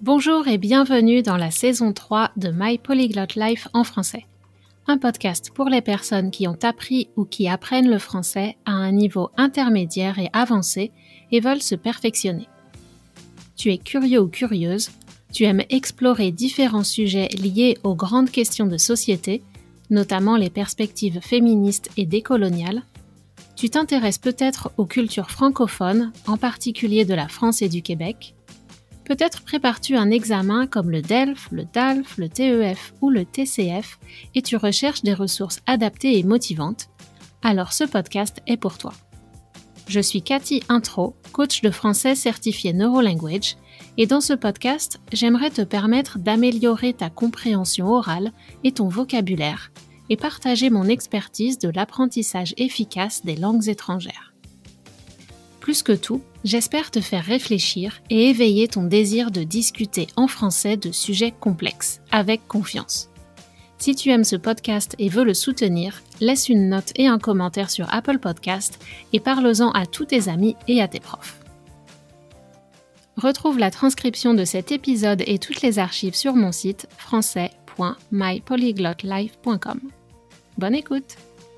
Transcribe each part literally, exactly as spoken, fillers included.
Bonjour et bienvenue dans la saison trois de My Polyglot Life en français. Un podcast pour les personnes qui ont appris ou qui apprennent le français à un niveau intermédiaire et avancé et veulent se perfectionner. Tu es curieux ou curieuse, tu aimes explorer différents sujets liés aux grandes questions de société, notamment les perspectives féministes et décoloniales. Tu t'intéresses peut-être aux cultures francophones, en particulier de la France et du Québec. Peut-être prépares-tu un examen comme le D E L F, le D A L F, le T E F ou le T C F et tu recherches des ressources adaptées et motivantes. Alors ce podcast est pour toi. Je suis Cathy Intro, coach de français certifié Neurolanguage, et dans ce podcast, j'aimerais te permettre d'améliorer ta compréhension orale et ton vocabulaire et partager mon expertise de l'apprentissage efficace des langues étrangères. Plus que tout, j'espère te faire réfléchir et éveiller ton désir de discuter en français de sujets complexes, avec confiance. Si tu aimes ce podcast et veux le soutenir, laisse une note et un commentaire sur Apple Podcast et parle-en à tous tes amis et à tes profs. Retrouve la transcription de cet épisode et toutes les archives sur mon site français point my polyglot life point com. Bonne écoute!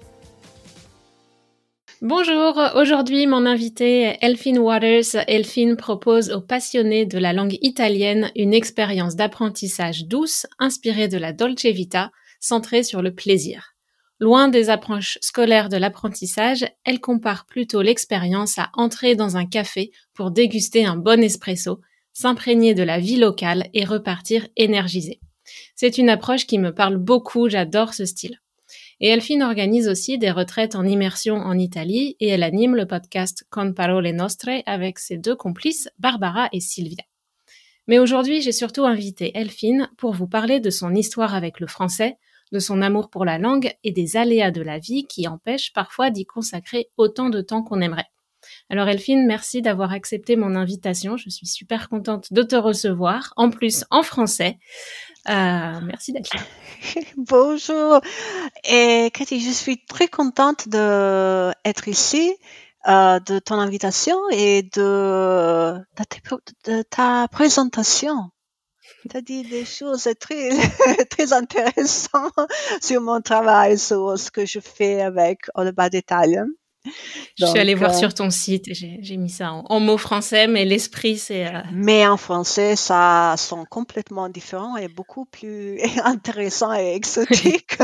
Bonjour, aujourd'hui mon invitée est Elfyn Waters. Elfyn propose aux passionnés de la langue italienne une expérience d'apprentissage douce, inspirée de la Dolce Vita, centrée sur le plaisir. Loin des approches scolaires de l'apprentissage, elle compare plutôt l'expérience à entrer dans un café pour déguster un bon espresso, s'imprégner de la vie locale et repartir énergisée. C'est une approche qui me parle beaucoup, j'adore ce style. Et Elfyn organise aussi des retraites en immersion en Italie et elle anime le podcast Con Parole Nostre avec ses deux complices, Barbara et Sylvia. Mais aujourd'hui, j'ai surtout invité Elfyn pour vous parler de son histoire avec le français, de son amour pour la langue et des aléas de la vie qui empêchent parfois d'y consacrer autant de temps qu'on aimerait. Alors Elfyn, merci d'avoir accepté mon invitation. Je suis super contente de te recevoir, en plus en français. Euh, merci d'être là. Bonjour. Et Cathy, je suis très contente d'être ici, euh, de ton invitation et de, de, ta, de ta présentation. Tu as dit des choses très, très intéressantes sur mon travail, sur ce que je fais avec All About Italian. Je suis allée voir euh, sur ton site et j'ai, j'ai mis ça en, en mots français, mais l'esprit, c'est... Euh... Mais en français, ça sont complètement différents et beaucoup plus intéressants et exotiques.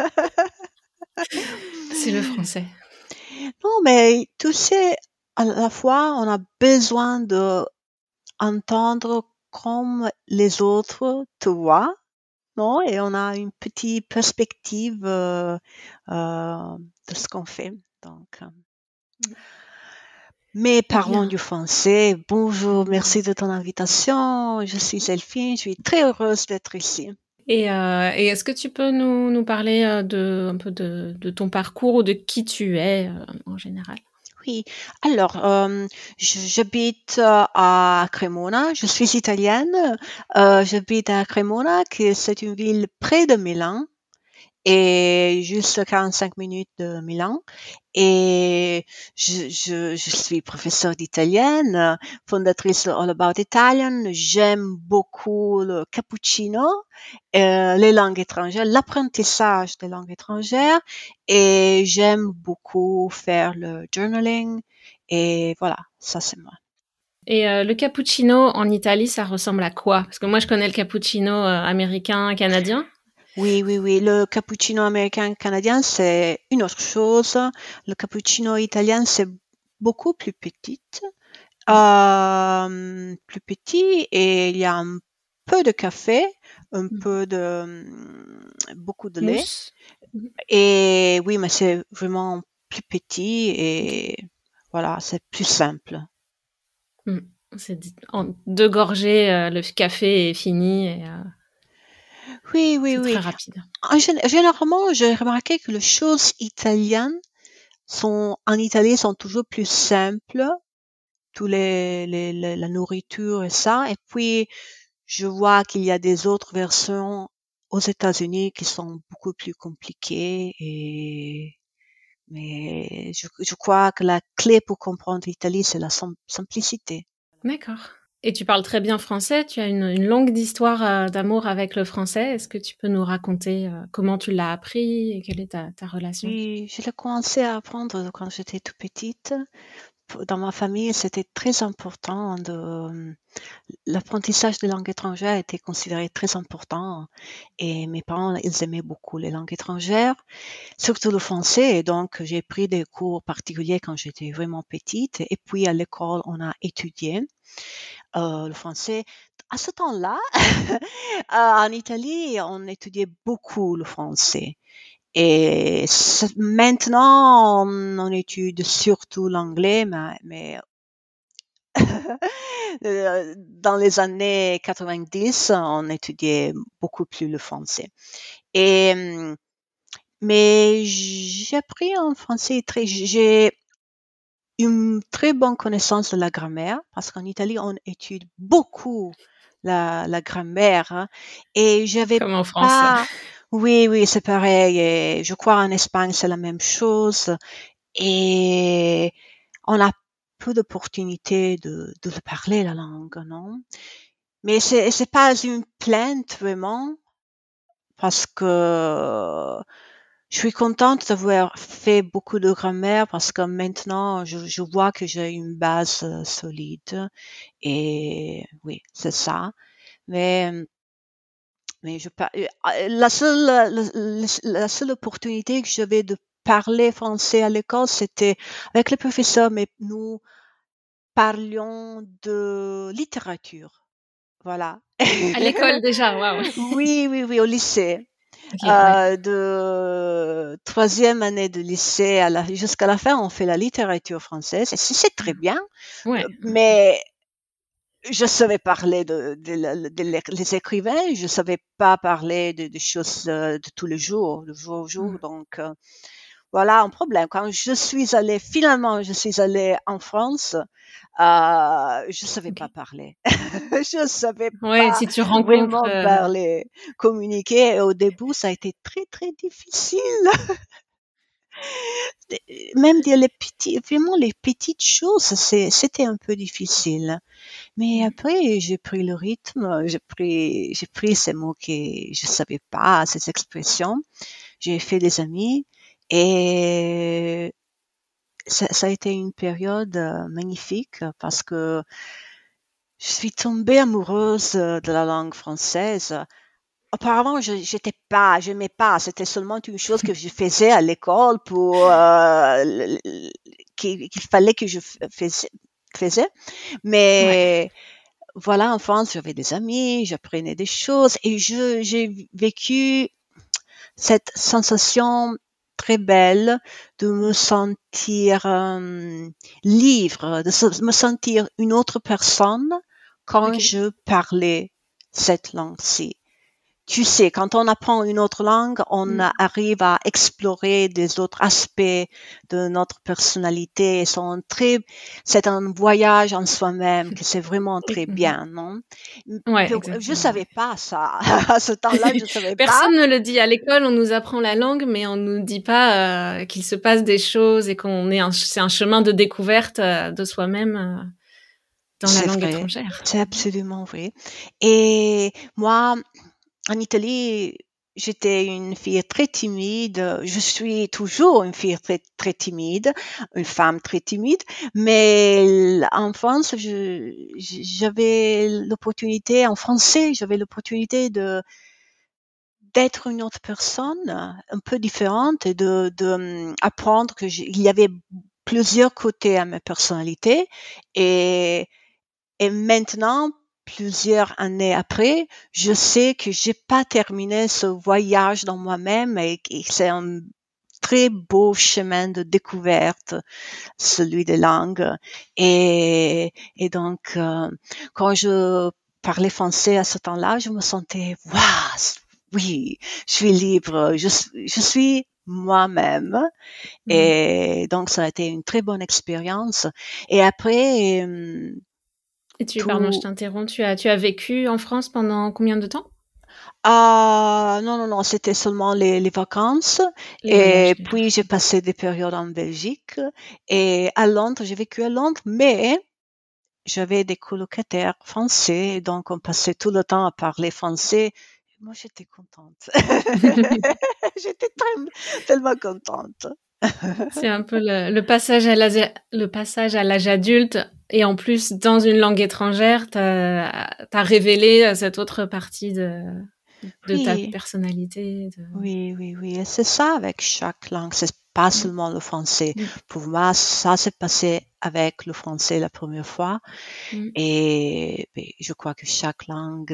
C'est le français. Non, mais tu sais, à la fois, on a besoin de entendre comme les autres te voient, non? Et on a une petite perspective euh, euh, de ce qu'on fait. Donc, euh. Mais parlons du français. Bonjour, merci de ton invitation. Je suis Elfyn, je suis très heureuse d'être ici. Et, euh, et est-ce que tu peux nous, nous parler euh, de, un peu de, de ton parcours ou de qui tu es euh, en général? Oui, alors euh, j'habite euh, à Cremona, je suis italienne, euh, j'habite à Cremona, qui c'est une ville près de Milan et juste quarante-cinq minutes de Milan. Et je, je, je suis professeure d'italienne, fondatrice de All About Italian. J'aime beaucoup le cappuccino, euh, les langues étrangères, l'apprentissage des langues étrangères, et j'aime beaucoup faire le journaling. Et voilà, ça c'est moi. Et euh, le cappuccino en Italie, ça ressemble à quoi? Parce que moi, je connais le cappuccino euh, américain, canadien. Oui, oui, oui. Le cappuccino américain-canadien, c'est une autre chose. Le cappuccino italien, c'est beaucoup plus petit. Euh, plus petit et il y a un peu de café, un mmh. peu de... beaucoup de lait. Mousse. Et oui, mais c'est vraiment plus petit et voilà, c'est plus simple. Mmh. C'est en deux gorgées, euh, le café est fini et... Euh... Oui, oui, c'est oui. Très rapide. En gén- généralement, j'ai remarqué que les choses italiennes sont, en Italie, sont toujours plus simples. Tous les, les, les, la nourriture et ça. Et puis, je vois qu'il y a des autres versions aux États-Unis qui sont beaucoup plus compliquées et, mais je, je crois que la clé pour comprendre l'Italie, c'est la sim- simplicité. D'accord. Et tu parles très bien français, tu as une, une longue histoire euh, d'amour avec le français. Est-ce que tu peux nous raconter euh, comment tu l'as appris et quelle est ta, ta relation? Oui, je l'ai commencé à apprendre quand j'étais toute petite. P- Dans ma famille, c'était très important de, l'apprentissage des langues étrangères était considéré très important et mes parents, ils aimaient beaucoup les langues étrangères, surtout le français. Et donc, j'ai pris des cours particuliers quand j'étais vraiment petite. Et puis, à l'école, on a étudié euh, le français. À ce temps-là, en Italie, on étudiait beaucoup le français. Et c- maintenant, on, on étudie surtout l'anglais, mais, mais euh, dans les années quatre-vingt-dix, on étudiait beaucoup plus le français. Et hum, mais j'ai appris en français très, j'ai une très bonne connaissance de la grammaire parce qu'en Italie, on étudie beaucoup la, la grammaire, hein. Et j'avais Comme en France. pas, oui, oui, c'est pareil. Et je crois en Espagne, c'est la même chose. Et on a peu d'opportunités de, de parler la langue, non? Mais c'est, c'est pas une plainte vraiment parce que je suis contente d'avoir fait beaucoup de grammaire parce que maintenant je, je vois que j'ai une base euh, solide et oui, c'est ça. Mais mais je par- euh, la seule la, la- la seule opportunité que j'avais de parler français à l'école, c'était avec le professeur, mais nous parlions de littérature. Voilà. À l'école déjà, waouh. Oui, oui, oui, au lycée. Ok, ouais. Euh, de troisième année de lycée à la, jusqu'à la fin, on fait la littérature française. Et c'est c'est très bien, Ouais. mais je savais parler de, de, de- de les les écrivains, je savais pas parler de, de choses euh, de tous les jours, de jour au jour. Donc euh, voilà un problème. Quand je suis allée, finalement, je suis allée en France, euh, je savais Ok. pas parler. Je savais Ouais, pas si tu rencontres, vraiment euh, parler, communiquer. Et au début, ça a été très, très difficile. Même dire les petits, vraiment les petites choses, c'est, c'était un peu difficile. Mais après, j'ai pris le rythme, j'ai pris, j'ai pris ces mots que je savais pas, ces expressions. J'ai fait des amis et ça, ça a été une période euh, magnifique parce que je suis tombée amoureuse euh, de la langue française. Auparavant, je j'étais pas, j'aimais pas. C'était seulement une chose que je faisais à l'école pour euh, le- le- qu'il qu'il fallait que je f- faisais, faisais. ouais. Mais voilà, en France, j'avais des amis, j'apprenais des choses et je j'ai vécu cette sensation très belle de me sentir euh, libre, de se- me sentir une autre personne quand Ok. je parlais cette langue-ci. Tu sais, quand on apprend une autre langue, on Mm. a- arrive à explorer des autres aspects de notre personnalité. C'est un très, c'est un voyage en soi-même que c'est vraiment très Mhm. bien, non? Ouais, Pour- Je exactement. savais pas ça. À ce temps-là, je savais pas. Personne ne le dit à l'école, on nous apprend la langue, mais on nous dit pas euh, qu'il se passe des choses et qu'on est un, c'est un chemin de découverte euh, de soi-même euh, dans la C'est langue vrai. étrangère. C'est absolument vrai. Et moi, en Italie, j'étais une fille très timide. Je suis toujours une fille très, très timide, une femme très timide. Mais en France, je, j'avais l'opportunité, en français, j'avais l'opportunité de, d'être une autre personne, un peu différente et de, de hum, apprendre que j'ai- il y avait plusieurs côtés à ma personnalité. Et et maintenant, plusieurs années après, je sais que j'ai pas terminé ce voyage dans moi-même et que c'est un très beau chemin de découverte, celui des langues. Et, et donc, euh, quand je parlais français à ce temps-là, je me sentais, waouh, oui, je suis libre, je, suis- je suis moi-même. Mm. Et donc, ça a été une très bonne expérience. Et après, euh, Et tu, pardon, je tout, t'interromps, tu as, tu as vécu en France pendant combien de temps? ah, non, non, non, c'était seulement les, les vacances. Les voyages Et déjà. puis, j'ai passé des périodes en Belgique et à Londres. J'ai vécu à Londres, mais j'avais des colocataires français, et donc on passait tout le temps à parler français. Moi, j'étais contente. J'étais très- tellement contente. C'est un peu le, le passage à l'âge, le passage à l'âge adulte, et en plus dans une langue étrangère, t'as, t'as révélé cette autre partie de, de ta Oui, personnalité. De... oui, oui, oui. Et c'est ça avec chaque langue. C'est pas Mm. seulement le français. Mm. Pour moi, ça s'est passé avec le français la première fois. Mm. Et, et je crois que chaque langue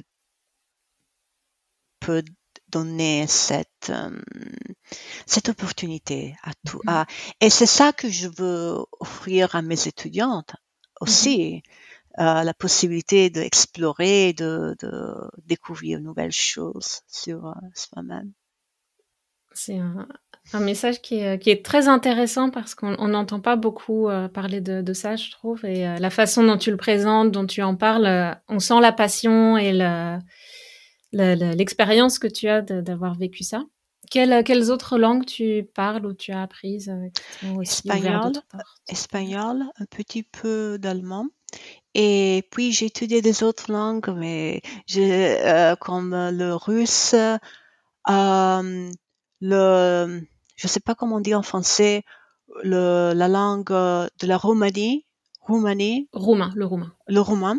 peut donner cette euh, cette opportunité à tout. Mm. À, et c'est ça que je veux offrir à mes étudiantes aussi. Euh, la possibilité d'explorer, de, de découvrir de nouvelles choses sur euh, soi-même. C'est un, un message qui est, qui est très intéressant parce qu'on n'entend pas beaucoup euh, parler de, de ça, je trouve. Et euh, la façon dont tu le présentes, dont tu en parles, euh, on sent la passion et le, le, le, l'expérience que tu as de, d'avoir vécu ça. Quelles, quelles autres langues tu parles ou tu as apprises euh, qui t'ont aussi ouvert Espagnol, d'autres portes? espagnol, un petit peu d'allemand. Et puis j'ai étudié des autres langues, mais j'ai, euh, comme le russe, euh, le, je sais pas comment on dit en français, le, la langue euh, de la Roumanie, Roumanie, Roumain, le roumain. le roumain.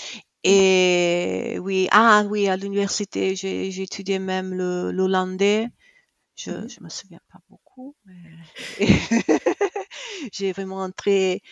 Et oui, ah oui, à l'université, j'ai, j'ai étudié même le, l'hollandais. Je, Mhm. je me souviens pas beaucoup, mais j'ai vraiment très,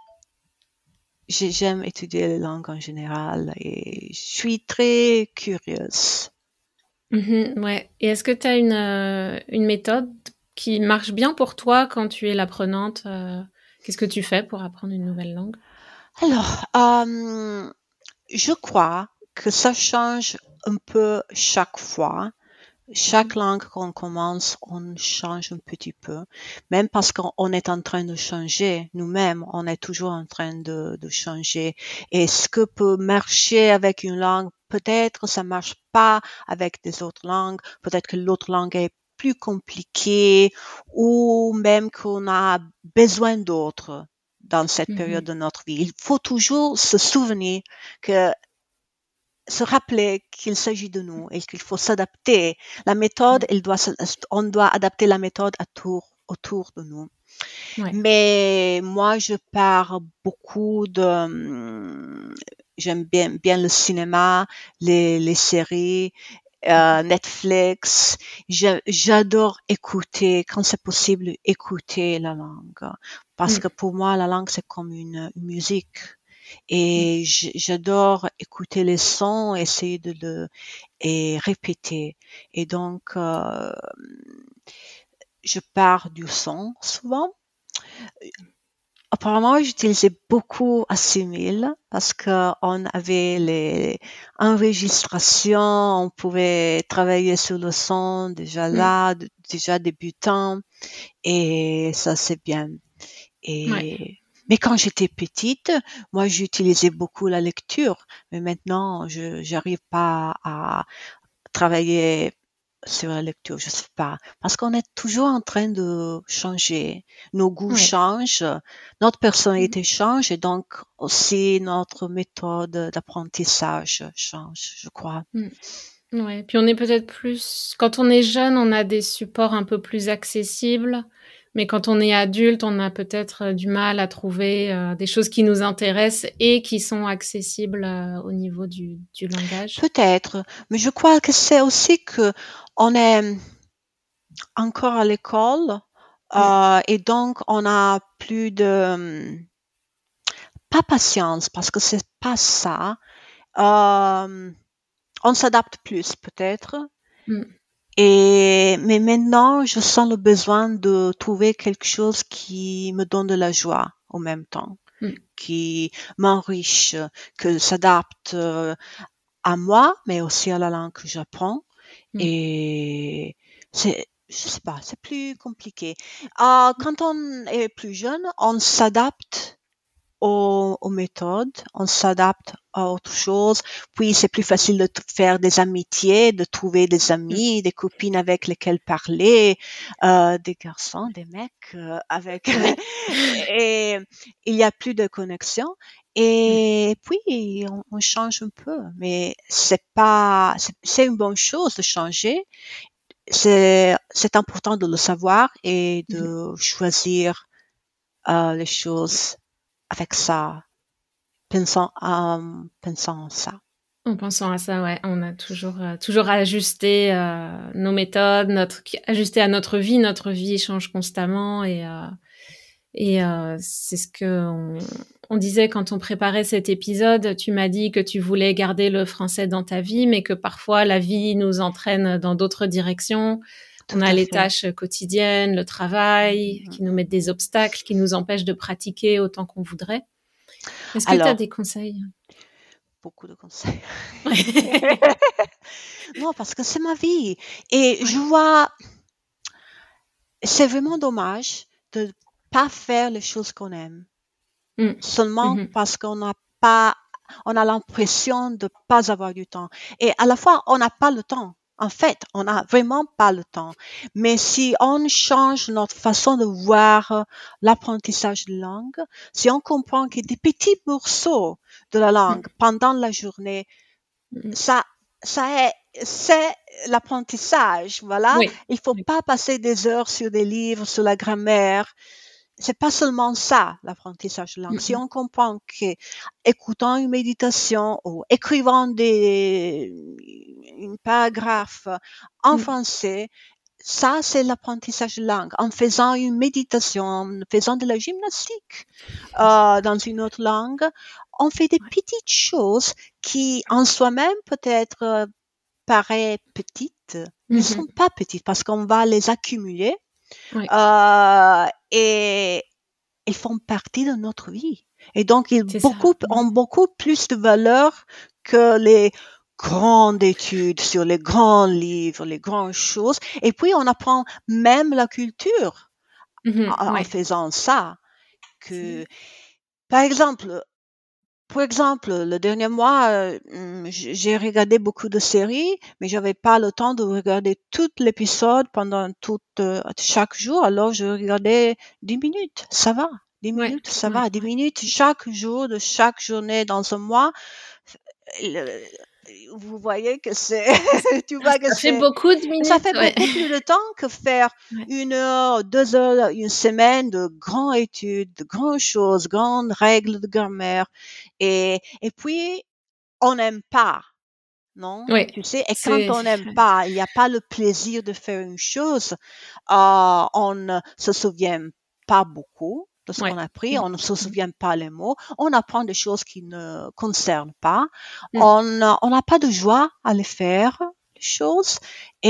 j'ai- j'aime étudier les langues en général et je suis très curieuse. Mhm, ouais. Et est-ce que tu as une, euh, une méthode qui marche bien pour toi quand tu es l'apprenante? euh, Qu'est-ce que tu fais pour apprendre une nouvelle langue? Alors, euh, je crois que ça change un peu chaque fois. Chaque Mhm. langue qu'on commence, on change un petit peu, même parce qu'on est en train de changer nous-mêmes, on est toujours en train de, de changer. Et ce que peut marcher avec une langue, peut-être ça marche pas avec des autres langues, peut-être que l'autre langue est plus compliquée ou même qu'on a besoin d'autres dans cette période Mhm. de notre vie. Il faut toujours se souvenir que se rappeler qu'il s'agit de nous et qu'il faut s'adapter. La méthode, elle doit, on doit adapter la méthode à tout, autour de nous. Ouais. Mais moi, je pars beaucoup de, j'aime bien, bien le cinéma, les, les séries, euh, Netflix. Je- j'adore écouter, quand c'est possible, écouter la langue. Parce Mm. que pour moi, la langue, c'est comme une, une musique. Mm. Et j- j'adore écouter les sons, essayer de le et répéter. Et donc, euh, je pars du son souvent. Apparemment, j'utilisais beaucoup Assimil parce que on avait les enregistrations, on pouvait travailler sur le son déjà Mm. là, d- déjà débutant, et ça c'est bien. Ouais. Et mais quand j'étais petite, moi j'utilisais beaucoup la lecture, mais maintenant je j'arrive pas à travailler sur la lecture, je sais pas, parce qu'on est toujours en train de changer. Nos goûts Ouais. changent, notre Mm. personnalité change et donc aussi notre méthode d'apprentissage change, je crois. Mm. Ouais. Puis on est peut-être plus, quand on est jeune, on a des supports un peu plus accessibles, mais quand on est adulte, on a peut-être euh, du mal à trouver euh, des choses qui nous intéressent et qui sont accessibles euh, au niveau du, du langage. Peut-être, mais je crois que c'est aussi que on est encore à l'école Mm. euh, et donc on a plus de pas patience parce que c'est pas ça. Euh, on s'adapte plus peut-être. Mm. Et mais maintenant, je sens le besoin de trouver quelque chose qui me donne de la joie en même temps, Mm. qui m'enriche, que s'adapte euh, à moi, mais aussi à la langue que j'apprends. Mm. Et c'est, je sais pas, c'est plus compliqué. Ah, quand on est plus jeune, on s'adapte aux, aux méthodes, on s'adapte à autre chose. Puis c'est plus facile de t- faire des amitiés, de trouver des Mm. amis, des copines avec lesquelles parler, euh, des garçons, des mecs euh, avec Oui. et il y a plus de connexion. Et puis, on, on change un peu. Mais c'est pas, c'est, c'est une bonne chose de changer. C'est, c'est important de le savoir et de choisir euh, les choses avec ça, pensant, euh, pensant en ça. En pensant à ça, ouais, on a toujours, euh, toujours à ajuster euh, nos méthodes, notre, ajuster à notre vie. Notre vie change constamment et, euh, et euh, c'est ce que on, on disait quand on préparait cet épisode. Tu m'as dit que tu voulais garder le français dans ta vie, mais que parfois la vie nous entraîne dans d'autres directions. Tout On a à les fait. tâches quotidiennes, le travail, Mhm. qui nous mettent des obstacles, qui nous empêchent de pratiquer autant qu'on voudrait. Est-ce que tu as Alors, des conseils? beaucoup de conseils. Non, parce que c'est ma vie. Et je vois, c'est vraiment dommage de pas faire les choses qu'on aime. Mm. Seulement Mhm. parce qu'on n'a pas, on a l'impression de pas avoir du temps. Et à la fois, on n'a pas le temps. En fait, on n'a vraiment pas le temps. Mais si on change notre façon de voir euh, l'apprentissage de langue, si on comprend que des petits morceaux de la langue pendant la journée, Mm. ça, ça est, c'est l'apprentissage, voilà. Oui. Il faut pas passer des heures sur des livres, sur la grammaire. C'est pas seulement ça, l'apprentissage de langue. Si Mm. on comprend que écoutant une méditation ou écrivant des, une paragraphe en Mm. français, ça, c'est l'apprentissage de langue. En faisant une méditation, en faisant de la gymnastique euh, dans une autre langue, on fait des petites choses qui, en soi-même, peut-être euh, paraissent petites, ne Mhm. sont pas petites parce qu'on va les accumuler Oui. euh, et ils font partie de notre vie. Et donc, ils C'est ça. beaucoup, ont beaucoup plus de valeur que les grandes études sur les grands livres, les grandes choses. Et puis, on apprend même la culture Mhm. en, en Ouais. faisant ça. Que, par exemple, pour exemple, le dernier mois, euh, hum, j- j'ai regardé beaucoup de séries, mais j'avais pas le temps de regarder tout l'épisode pendant tout euh, chaque jour. Alors, je regardais dix minutes. Ça va. Dix Ouais. minutes, ça Ouais. va. Dix minutes chaque jour de chaque journée dans un mois. Le- vous voyez que c'est, tu vois que Ça fait c'est, beaucoup de ça minutes. fait Ouais. beaucoup plus de temps que faire Ouais. une heure, deux heures, une semaine de grandes études, de grandes choses, grandes règles de grammaire. Et, et puis, on n'aime pas, non? Ouais. Tu sais, et quand C'est. on n'aime pas, il n'y a pas le plaisir de faire une chose, euh, on ne se souvient pas beaucoup de ce Ouais. qu'on a appris, Mm. on ne se souvient pas les mots, on apprend des choses qui ne concernent pas, Mm. on euh, on n'a pas de joie à les faire, les choses,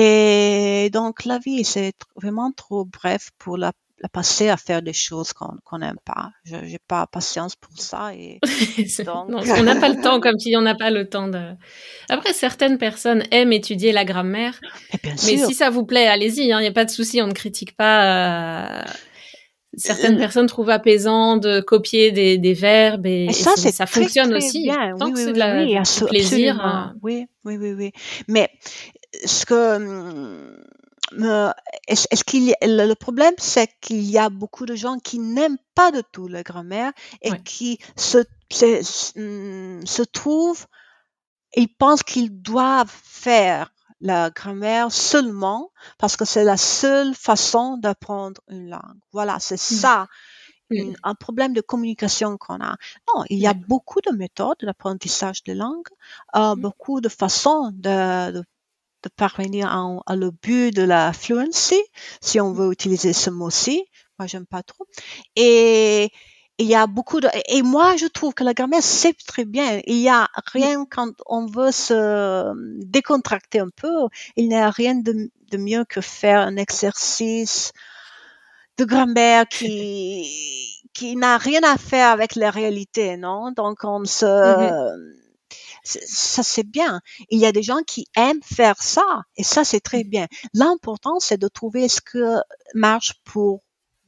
et donc la vie, c'est tr- vraiment trop bref pour la, la passer à faire des choses qu'on qu'on n'aime pas. Je j'ai pas patience pour ça, et donc, Non, on n'a pas le temps, comme tu dis, on n'a pas le temps de. Après, certaines personnes aiment étudier la grammaire, mais bien mais sûr, si ça vous plaît, allez-y, hein, il n'y a pas de souci, on ne critique pas. euh, Certaines euh, personnes trouvent apaisant de copier des, des verbes et et, et ça, c'est, c'est ça très, fonctionne très aussi. bien. Tant Oui, que oui, c'est de oui, la, oui, du abso- plaisir. euh, absolument. Oui, oui, oui, oui. Mais ce que, hum, me- est-ce, est-ce qu'il y a- le, le problème, c'est qu'il y a beaucoup de gens qui n'aiment pas du tout la grammaire et ouais. qui se, se, hum, se trouvent, ils pensent qu'ils doivent faire la grammaire seulement parce que c'est la seule façon d'apprendre une langue. Voilà, c'est Mm. ça Mm. une, un problème de communication qu'on a. Non, il y a Ouais. beaucoup de méthodes d'apprentissage de langue, euh, Mm. beaucoup de façons de, de, de parvenir à, à le but de la fluency, si on veut utiliser ce mot-ci. Moi, j'aime pas trop. Et il y a beaucoup de, et moi, je trouve que la grammaire, c'est très bien. Il y a Mm. rien quand on veut se décontracter un peu. Il n'y a rien de, de mieux que faire un exercice de grammaire qui qui n'a rien à faire avec la réalité, non? Donc on Mhm. se ça c'est bien. Il y a des gens qui aiment faire ça et ça c'est très bien. L'important c'est de trouver ce que marche pour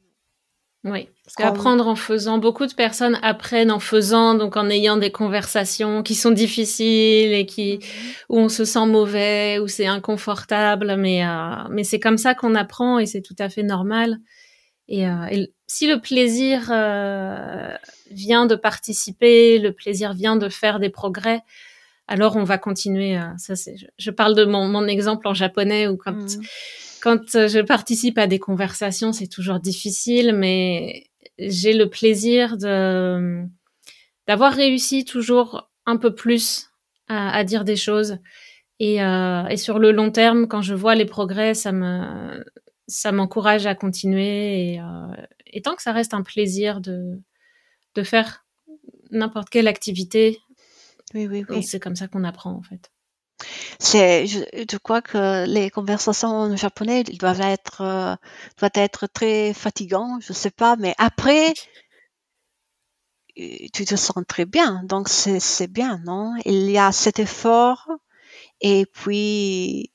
Oui, parce comme qu'apprendre en faisant, beaucoup de personnes apprennent en faisant, donc en ayant des conversations qui sont difficiles et qui Mhm. où on se sent mauvais, où c'est inconfortable, mais euh, mais c'est comme ça qu'on apprend et c'est tout à fait normal. Et, euh, et si le plaisir euh, vient de participer, le plaisir vient de faire des progrès, alors on va continuer. À, ça, c'est, je, je parle de mon, mon exemple en japonais où quand, mmh. quand je participe à des conversations, c'est toujours difficile, mais j'ai le plaisir de, d'avoir réussi toujours un peu plus à, à dire des choses. Et, euh, et sur le long terme, quand je vois les progrès, ça me, ça m'encourage à continuer. Et, euh, et tant que ça reste un plaisir de, de faire n'importe quelle activité, oui, oui, oui. C'est comme ça qu'on apprend, en fait. C'est, je, je crois que les conversations en japonais doivent être, euh, doivent être très fatigantes, je sais pas, mais après, tu te sens très bien. Donc, c'est, c'est bien, non? Il y a cet effort et puis,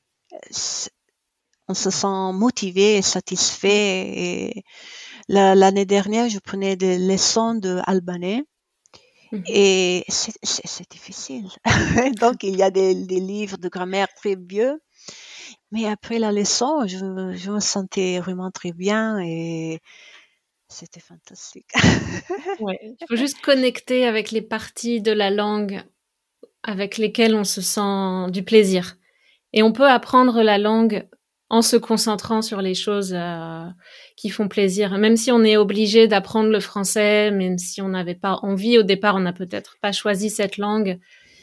on se sent motivé et satisfait. Et la, l'année dernière, je prenais des leçons de albanais. Mmh. Et c'est, c'est, c'est difficile. Donc, il y a des, des livres de grammaire très vieux. Mais après la leçon, je, je me sentais vraiment très bien et c'était fantastique. Ouais, il faut juste connecter avec les parties de la langue avec lesquelles on se sent du plaisir. Et on peut apprendre la langue en se concentrant sur les choses euh, qui font plaisir. Même si on est obligé d'apprendre le français, même si on n'avait pas envie au départ, on n'a peut-être pas choisi cette langue,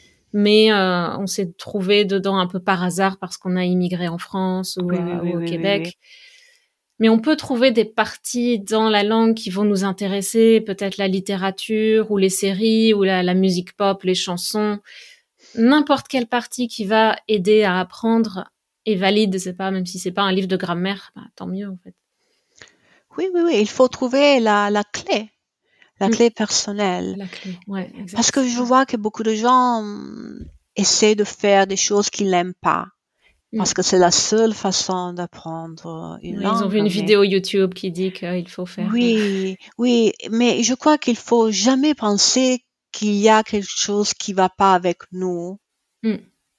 mais euh, on s'est trouvé dedans un peu par hasard parce qu'on a immigré en France ou, oui, euh, oui, ou au oui, Québec. Oui, oui. Mais on peut trouver des parties dans la langue qui vont nous intéresser, peut-être la littérature ou les séries ou la, la musique pop, les chansons. N'importe quelle partie qui va aider à apprendre est valide, c'est pas, même si c'est pas un livre de grammaire, bah, tant mieux en fait. Oui, oui, oui, il faut trouver la, la clé, la mmh. clé personnelle. La clé, ouais, exact. Parce que je vois que beaucoup de gens essaient de faire des choses qu'ils n'aiment pas. Parce que c'est la seule façon d'apprendre une oui, langue. Ils ont vu une mais... vidéo YouTube qui dit qu'il faut faire. Oui, oui, mais je crois qu'il faut jamais penser qu'il y a quelque chose qui va pas avec nous. Mm.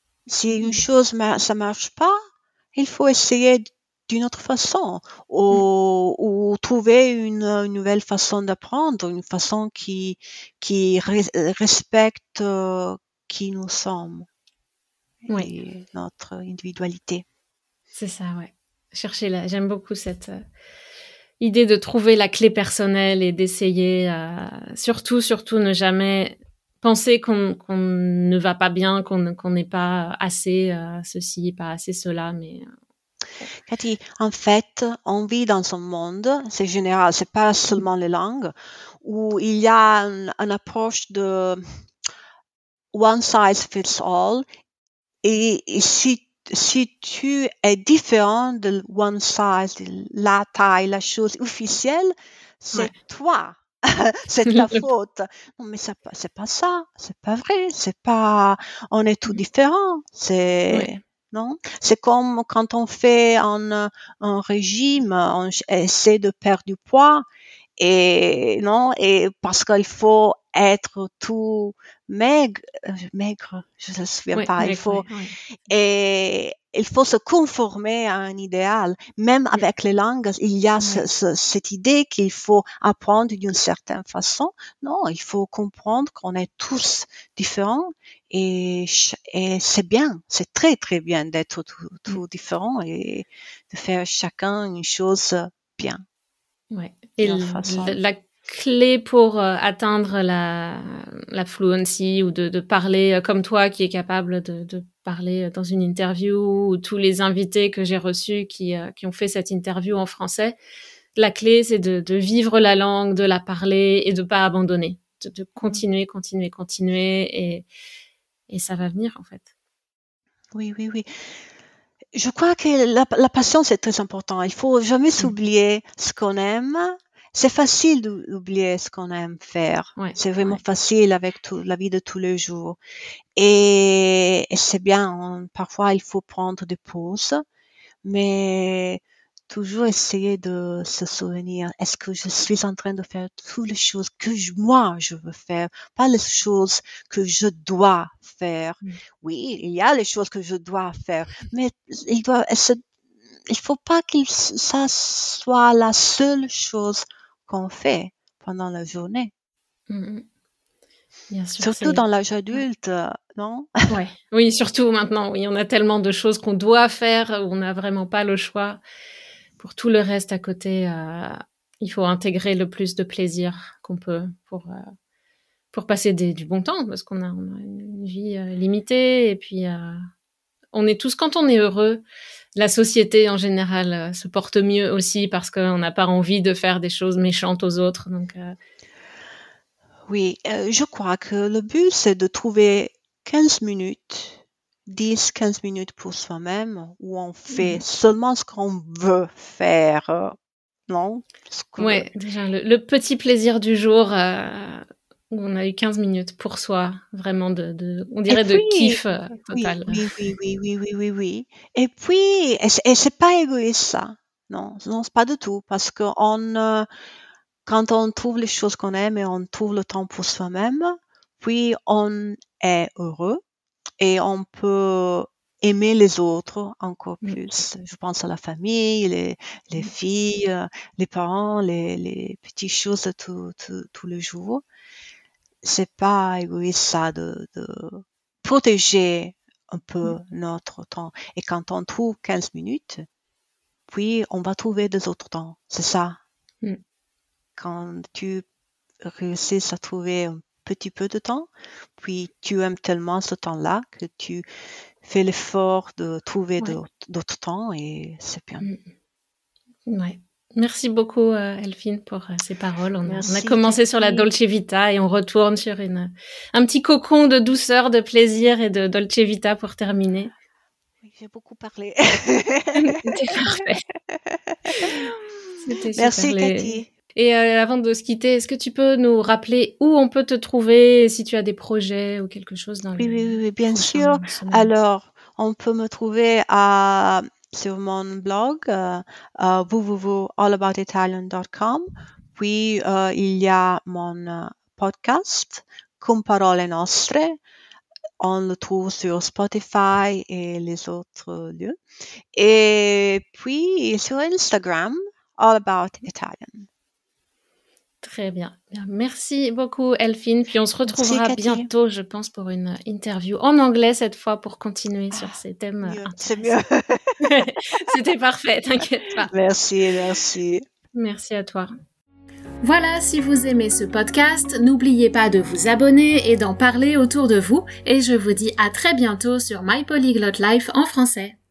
Si une chose ça marche pas, il faut essayer d'une autre façon ou, mm. ou trouver une, une nouvelle façon d'apprendre, une façon qui qui respecte euh, qui nous sommes oui. et notre individualité. C'est ça, ouais. Chercher là, j'aime beaucoup cette euh, idée de trouver la clé personnelle et d'essayer, euh, surtout, surtout ne jamais penser qu'on, qu'on ne va pas bien, qu'on, qu'on n'est pas assez euh, ceci, pas assez cela, mais... Euh... Cathy, en fait, on vit dans un monde, c'est général, c'est pas seulement les langues, où il y a une un approche de one size fits all, et, et si si tu es différent de one size, de la taille, la chose officielle, c'est ouais. toi. c'est ta faute. Non, mais c'est pas, c'est pas ça. C'est pas vrai. C'est pas, on est tous différents. C'est, ouais. non? C'est comme quand on fait un, un régime, on essaie de perdre du poids et, non? Et parce qu'il faut être tout maigre, maigre, je ne me souviens ouais, pas, maigre, il faut, ouais, ouais. et il faut se conformer à un idéal. Même avec les langues, il y a ouais. ce, ce, cette idée qu'il faut apprendre d'une certaine façon. Non, il faut comprendre qu'on est tous différents et, et c'est bien, c'est très très bien d'être tout, tout différent et de faire chacun une chose bien. Ouais. Et la, la clé pour euh, atteindre la, la fluency ou de, de parler euh, comme toi qui est capable de, de parler dans une interview ou tous les invités que j'ai reçus qui, euh, qui ont fait cette interview en français, la clé c'est de, de vivre la langue, de la parler et de pas abandonner, de, de continuer, continuer, continuer et, et ça va venir en fait. Oui, oui, oui. Je crois que la, la passion, c'est très important. Il faut jamais s'oublier ce qu'on aime. C'est facile d'oublier ce qu'on aime faire. Ouais, c'est vraiment ouais. facile avec tout, la vie de tous les jours. Et, et c'est bien. On, parfois, il faut prendre des pauses, mais toujours essayer de se souvenir, est-ce que je suis en train de faire toutes les choses que je, moi je veux faire, pas les choses que je dois faire. Mmh. Oui, il y a les choses que je dois faire, mais il doit, il faut pas que ça soit la seule chose qu'on fait pendant la journée. Mmh. Bien sûr, surtout c'est... dans l'âge adulte, ouais. Non? Ouais. Oui, surtout maintenant, oui, on a tellement de choses qu'on doit faire, où on n'a vraiment pas le choix. Pour tout le reste à côté, euh, il faut intégrer le plus de plaisir qu'on peut pour, euh, pour passer des, du bon temps, parce qu'on a, on a une vie euh, limitée, et puis euh, on est tous, quand on est heureux, la société en général euh, se porte mieux aussi, parce qu'on n'a pas envie de faire des choses méchantes aux autres. Donc, euh... Oui, euh, je crois que le but, c'est de trouver quinze minutes, dix quinze minutes pour soi-même, où on fait mmh. seulement ce qu'on veut faire, euh, non? Ce que... Ouais, déjà, le, le petit plaisir du jour, euh, où on a eu quinze minutes pour soi, vraiment de, de on dirait de puis, kiff euh, oui, total. oui, oui, oui, oui, oui, oui, oui. Et puis, et c'est, et c'est pas égoïste ça. Non, non, c'est pas du tout, parce que on, euh, quand on trouve les choses qu'on aime et on trouve le temps pour soi-même, puis on est heureux et on peut aimer les autres encore Mm. plus. Je pense à la famille, les, les Mm. filles, euh, les parents, les, les petites choses de tout, tout, tous les jours. C'est pas égoïste ça de, de protéger un peu Mm. notre temps. Et quand on trouve quinze minutes, puis on va trouver des autres temps. C'est ça. Mm. Quand tu réussis à trouver un petit peu de temps, puis tu aimes tellement ce temps-là que tu fais l'effort de trouver Ouais. d'autres, d'autres temps et c'est bien. Mm. Ouais. Merci beaucoup, euh, Elphine, pour euh, ces paroles. On a, on a commencé Cathy. sur la Dolce Vita et on retourne sur une, un petit cocon de douceur, de plaisir et de Dolce Vita pour terminer. Oui, j'ai beaucoup parlé. C'était parfait. C'était super. Merci, Les... Cathy. Et euh, avant de se quitter, est-ce que tu peux nous rappeler où on peut te trouver, si tu as des projets ou quelque chose dans Oui, le oui, oui, bien sûr. semaines. Alors, on peut me trouver à, sur mon blog, euh, euh, w w w point all about italian dot com. Puis, euh, il y a mon euh, podcast, Cum Parole Nostre. On le trouve sur Spotify et les autres lieux. Et puis, sur Instagram, All About Italian. Très bien. bien. Merci beaucoup, Elphine. Puis on se retrouvera Merci, bientôt, je pense, pour une interview en anglais cette fois pour continuer ah, sur ces thèmes mieux, intéressants. C'est mieux. C'était parfait, t'inquiète pas. Merci, merci. Merci à toi. Voilà, si vous aimez ce podcast, n'oubliez pas de vous abonner et d'en parler autour de vous. Et je vous dis à très bientôt sur My Polyglot Life en français.